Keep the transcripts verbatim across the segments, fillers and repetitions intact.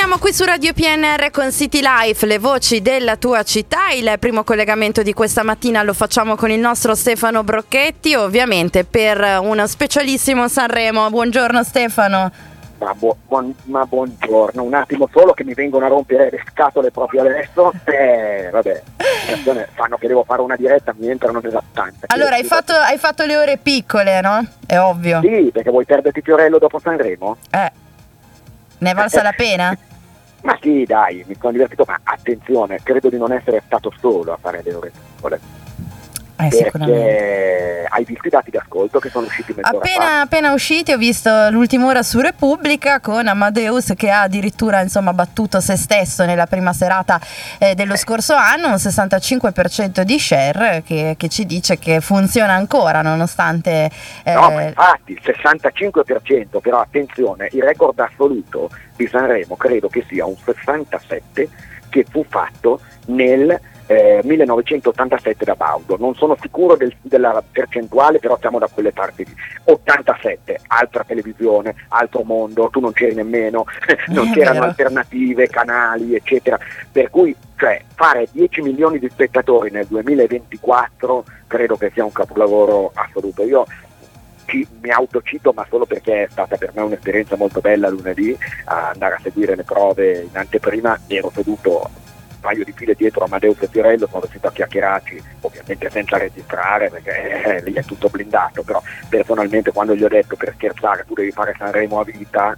Torniamo qui su Radio P N R con City Life, le voci della tua città. Il primo collegamento di questa mattina lo facciamo con il nostro Stefano Brocchetti, ovviamente per uno specialissimo Sanremo. Buongiorno Stefano. Ma, bu- buon- ma buongiorno, un attimo solo che mi vengono a rompere le scatole proprio adesso. Eh, vabbè, fanno che devo fare una diretta, mi entrano nella stanza. Allora, hai fatto, hai fatto le ore piccole, no? È ovvio. Sì, perché vuoi perderti Fiorello dopo Sanremo? Eh. Ne è valsa la pena? Ma sì, dai, mi sono divertito, ma attenzione, credo di non essere stato solo a fare le ore piccole. Eh, perché hai visto i dati di ascolto che sono usciti mezz'ora appena, fa? appena usciti, ho visto l'ultima ora su Repubblica con Amadeus che ha addirittura insomma battuto se stesso nella prima serata eh, dello scorso anno, un sessantacinque per cento di share che, che ci dice che funziona ancora nonostante eh... no, ma infatti il sessantacinque per cento, però attenzione, il record assoluto di Sanremo credo che sia un sessantasette che fu fatto nel Eh, millenovecentottantasette da Baudo, non sono sicuro del, della percentuale, però siamo da quelle parti lì. ottantasette, altra televisione, altro mondo, tu non c'eri nemmeno, non c'erano alternative, canali eccetera, per cui cioè fare dieci milioni di spettatori nel duemilaventiquattro credo che sia un capolavoro assoluto. Io Ci, mi autocito, ma solo perché è stata per me un'esperienza molto bella lunedì a andare a seguire le prove in anteprima. Ero seduto un paio di file dietro Amadeus e Fiorello, sono riuscito a chiacchierarci, ovviamente senza registrare perché eh, lì è tutto blindato, però personalmente quando gli ho detto per scherzare tu devi fare Sanremo a vita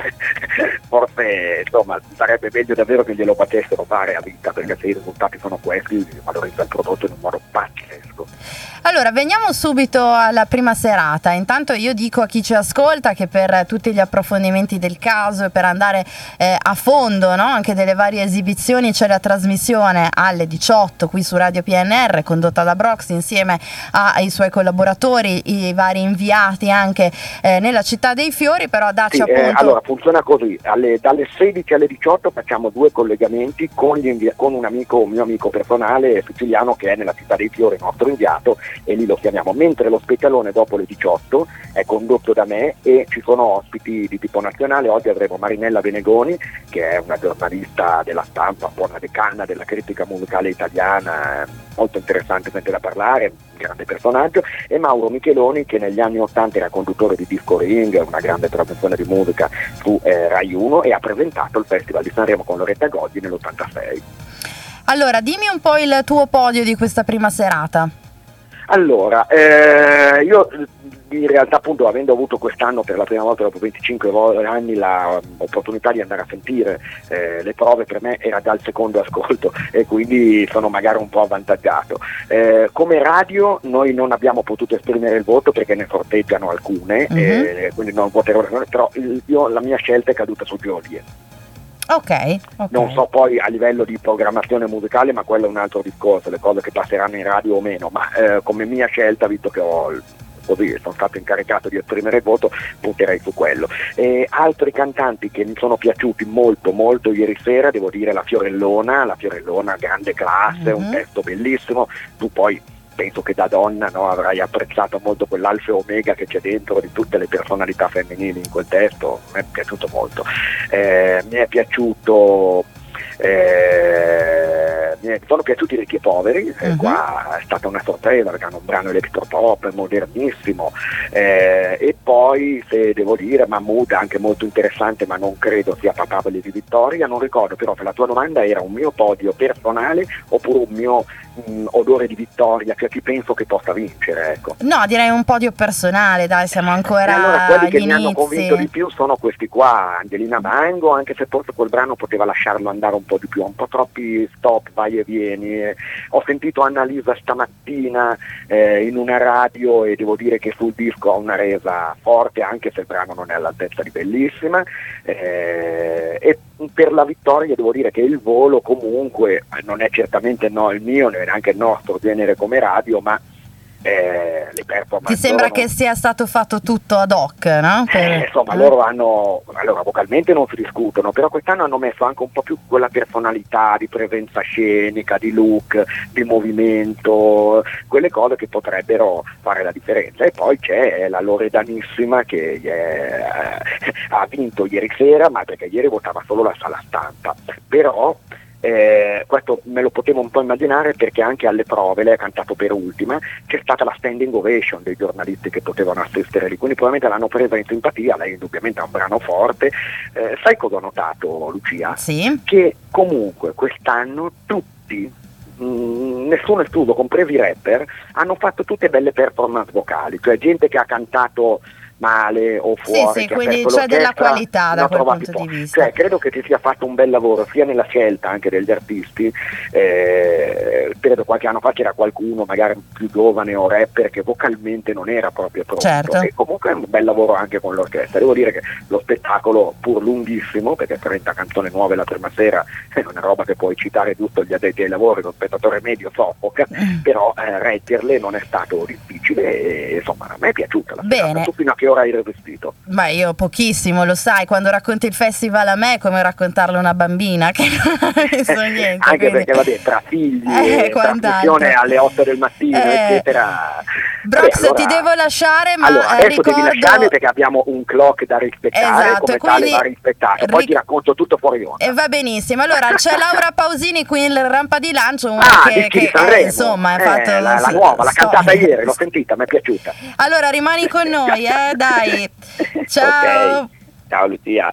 forse insomma sarebbe meglio davvero che glielo facessero fare a vita, perché se i risultati sono questi valorizza il prodotto in un modo pazzesco. Allora, veniamo subito alla prima serata. Intanto io dico a chi ci ascolta che per tutti gli approfondimenti del caso e per andare eh, a fondo, no, anche delle varie esibizioni, c'è la trasmissione alle diciotto qui su Radio P N R condotta da Brox insieme ai suoi collaboratori, i vari inviati anche eh, nella città dei fiori, però dacci sì, appunto... Eh, allora funziona così, alle, dalle sedici alle diciotto facciamo due collegamenti con, gli invia- con un amico, un mio amico personale siciliano che è nella città dei fiori, nostro inviato, e lì lo chiamiamo, mentre lo specialone dopo le diciotto è condotto da me e ci sono ospiti di tipo nazionale. Oggi avremo Marinella Venegoni che è una giornalista della stampa, buona decana della critica musicale italiana, molto interessante sentire parlare, un grande personaggio, e Mauro Micheloni che negli anni ottanta era conduttore di Disco Ring, una grande trasmissione di musica su eh, Rai uno, e ha presentato il Festival di Sanremo con Loretta Goggi nell'ottantasei. Allora, dimmi un po' il tuo podio di questa prima serata. Allora, eh, io in realtà appunto avendo avuto quest'anno per la prima volta dopo venticinque anni l'opportunità di andare a sentire eh, le prove, per me era già il secondo ascolto e quindi sono magari un po' avvantaggiato. Eh, come radio noi non abbiamo potuto esprimere il voto perché ne sorteggiano alcune, mm-hmm. eh, quindi non voterò, però io, la mia scelta è caduta su Geolie. Okay, ok. Non so poi a livello di programmazione musicale, ma quello è un altro discorso, le cose che passeranno in radio o meno, ma eh, come mia scelta, visto che ho così sono stato incaricato di esprimere il voto, punterei su quello. E altri cantanti che mi sono piaciuti molto molto ieri sera, devo dire la Fiorellona, la Fiorellona grande classe, mm-hmm. un testo bellissimo, tu poi penso che da donna, no, avrai apprezzato molto quell'alfa e omega che c'è dentro di tutte le personalità femminili in quel testo, mi è piaciuto molto. Eh, mi è piaciuto eh, mi sono piaciuti Ricchi e Poveri, eh, uh-huh. qua è stata una sorpresa perché hanno un brano electropop modernissimo, eh, e poi se devo dire Mahmood anche molto interessante, ma non credo sia papabile di vittoria. Non ricordo però se la tua domanda era un mio podio personale oppure un mio mh, odore di vittoria, cioè chi penso che possa vincere, ecco. No, direi un podio personale, dai, siamo ancora e allora quelli che agli mi inizi. hanno convinto di più sono questi qua, Angelina Mango, anche se forse quel brano poteva lasciarlo andare un po' di più, un po' troppi stop, vai e vieni. Eh, ho sentito Annalisa stamattina eh, in una radio e devo dire che sul disco ha una resa forte, anche se il brano non è all'altezza di bellissima, eh, e per la vittoria devo dire che il volo comunque non è certamente no, il mio, neanche il nostro genere come radio, ma eh, le performance. Ti sembra loro non- che sia stato fatto tutto ad hoc, no? Per- Eh, insomma, eh? loro hanno, allora vocalmente non si discutono, però quest'anno hanno messo anche un po' più quella personalità di presenza scenica, di look, di movimento, quelle cose che potrebbero fare la differenza. E poi c'è la Loredanissima che eh, ha vinto ieri sera, ma perché ieri votava solo la sala stampa, però eh, questo me lo potevo un po' immaginare perché anche alle prove, lei ha cantato per ultima, c'è stata la standing ovation dei giornalisti che potevano assistere lì, quindi probabilmente l'hanno presa in simpatia, lei indubbiamente ha un brano forte. Eh, sai cosa ho notato, Lucia? Sì. Che comunque quest'anno tutti, mh, nessuno escluso, compresi i rapper, hanno fatto tutte belle performance vocali, cioè gente che ha cantato male o fuori, sì, che ha quindi aperto c'è della l'orchestra, qualità ne da ho quel trovati punto di pochi. vista. Cioè, credo che si sia fatto un bel lavoro sia nella scelta anche degli artisti. Eh, credo qualche anno fa c'era qualcuno magari più giovane o rapper che vocalmente non era proprio pronto, Certo. e comunque è un bel lavoro anche con l'orchestra. Devo dire che lo spettacolo, pur lunghissimo, perché trenta canzoni nuove la prima sera è una roba che puoi citare giusto gli addetti ai lavori, lo spettatore medio soffoca, Mm. però eh, reggerle non è stato difficile e insomma a me è piaciuta la serata. Bene. Tu fino a che ora hai resistito? Ma io pochissimo, lo sai, quando racconti il festival a me è come raccontarlo a una bambina che non ha visto niente. Anche quindi- perché vabbè, tra figli Eh, e quant'altro. trasmissione alle otto del mattino Eh. eccetera. Brox, Vabbè, allora- ti devo lasciare, ma allora, eh, adesso ricordo... devi lasciarmi perché abbiamo un clock da rispettare, Esatto, come e tale quindi va rispettato, poi ric- ti racconto tutto fuori onda. E va benissimo, allora c'è Laura Pausini qui in rampa di lancio, una Ah, che, dici che di eh, Sanremo. insomma ha Eh, fatto la, la sì, nuova, l'ha sto- cantata ieri, l'ho sentita, mi è piaciuta. Allora rimani con noi, eh, dai. Ciao. Ok, ciao Lucia.